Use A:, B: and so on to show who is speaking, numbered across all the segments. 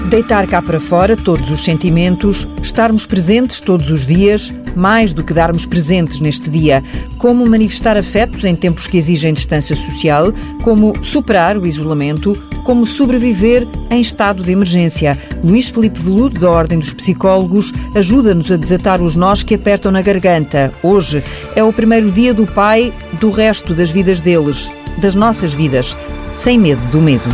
A: Deitar cá para fora todos os sentimentos, estarmos presentes todos os dias, mais do que darmos presentes neste dia. Como manifestar afetos em tempos que exigem distância social, como superar o isolamento, como sobreviver em estado de emergência. Luís Filipe Veludo, da Ordem dos Psicólogos, ajuda-nos a desatar os nós que apertam na garganta. Hoje é o primeiro dia do pai do resto das vidas deles, das nossas vidas, sem medo do medo.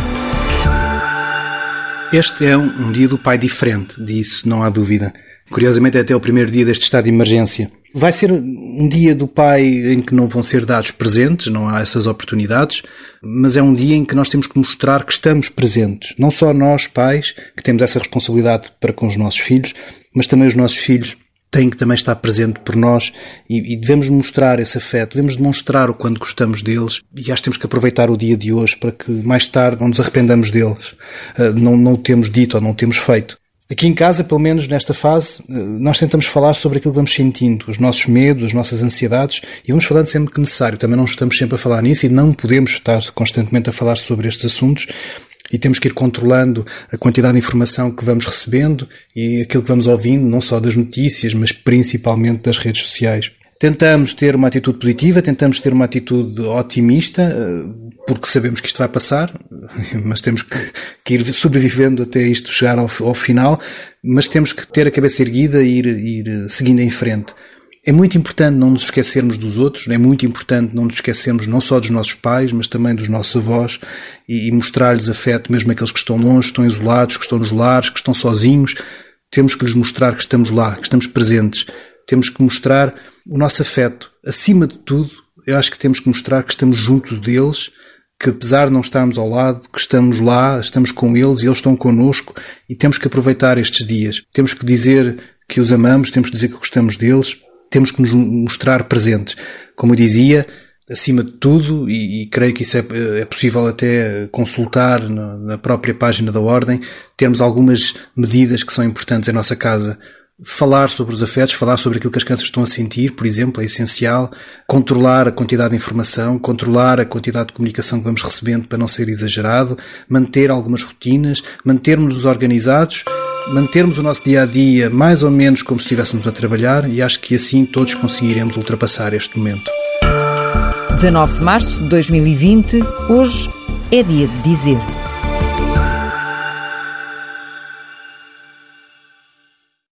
B: Este é um dia do pai diferente, disso não há dúvida. Curiosamente é até o primeiro dia deste estado de emergência. Vai ser um dia do pai em que não vão ser dados presentes, não há essas oportunidades, mas é um dia em que nós temos que mostrar que estamos presentes. Não só nós, pais, que temos essa responsabilidade para com os nossos filhos, mas também os nossos filhos têm que também estar presente por nós e devemos mostrar esse afeto, devemos demonstrar o quanto gostamos deles e acho que temos que aproveitar o dia de hoje para que mais tarde não nos arrependamos deles, não o temos dito ou não o temos feito. Aqui em casa, pelo menos nesta fase, nós tentamos falar sobre aquilo que vamos sentindo, os nossos medos, as nossas ansiedades e vamos falando sempre que necessário. Também não estamos sempre a falar nisso e não podemos estar constantemente a falar sobre estes assuntos. E temos que ir controlando a quantidade de informação que vamos recebendo e aquilo que vamos ouvindo, não só das notícias, mas principalmente das redes sociais. Tentamos ter uma atitude positiva, tentamos ter uma atitude otimista, porque sabemos que isto vai passar, mas temos que ir sobrevivendo até isto chegar ao final, mas temos que ter a cabeça erguida e ir seguindo em frente. É muito importante não nos esquecermos dos outros, é muito importante não nos esquecermos não só dos nossos pais, mas também dos nossos avós e mostrar-lhes afeto, mesmo aqueles que estão longe, que estão isolados, que estão nos lares, que estão sozinhos. Temos que lhes mostrar que estamos lá, que estamos presentes. Temos que mostrar o nosso afeto. Acima de tudo, eu acho que temos que mostrar que estamos junto deles, que apesar de não estarmos ao lado, que estamos lá, estamos com eles e eles estão connosco e temos que aproveitar estes dias. Temos que dizer que os amamos, temos que dizer que gostamos deles. Temos que nos mostrar presentes. Como eu dizia, acima de tudo, e creio que isso é possível até consultar na própria página da Ordem, termos algumas medidas que são importantes em nossa casa. Falar sobre os afetos, falar sobre aquilo que as crianças estão a sentir, por exemplo, é essencial. Controlar a quantidade de informação, controlar a quantidade de comunicação que vamos recebendo para não ser exagerado, manter algumas rotinas, mantermos-nos organizados, mantermos o nosso dia-a-dia mais ou menos como se estivéssemos a trabalhar e acho que assim todos conseguiremos ultrapassar este momento.
A: 19 de março de 2020, hoje é dia de dizer.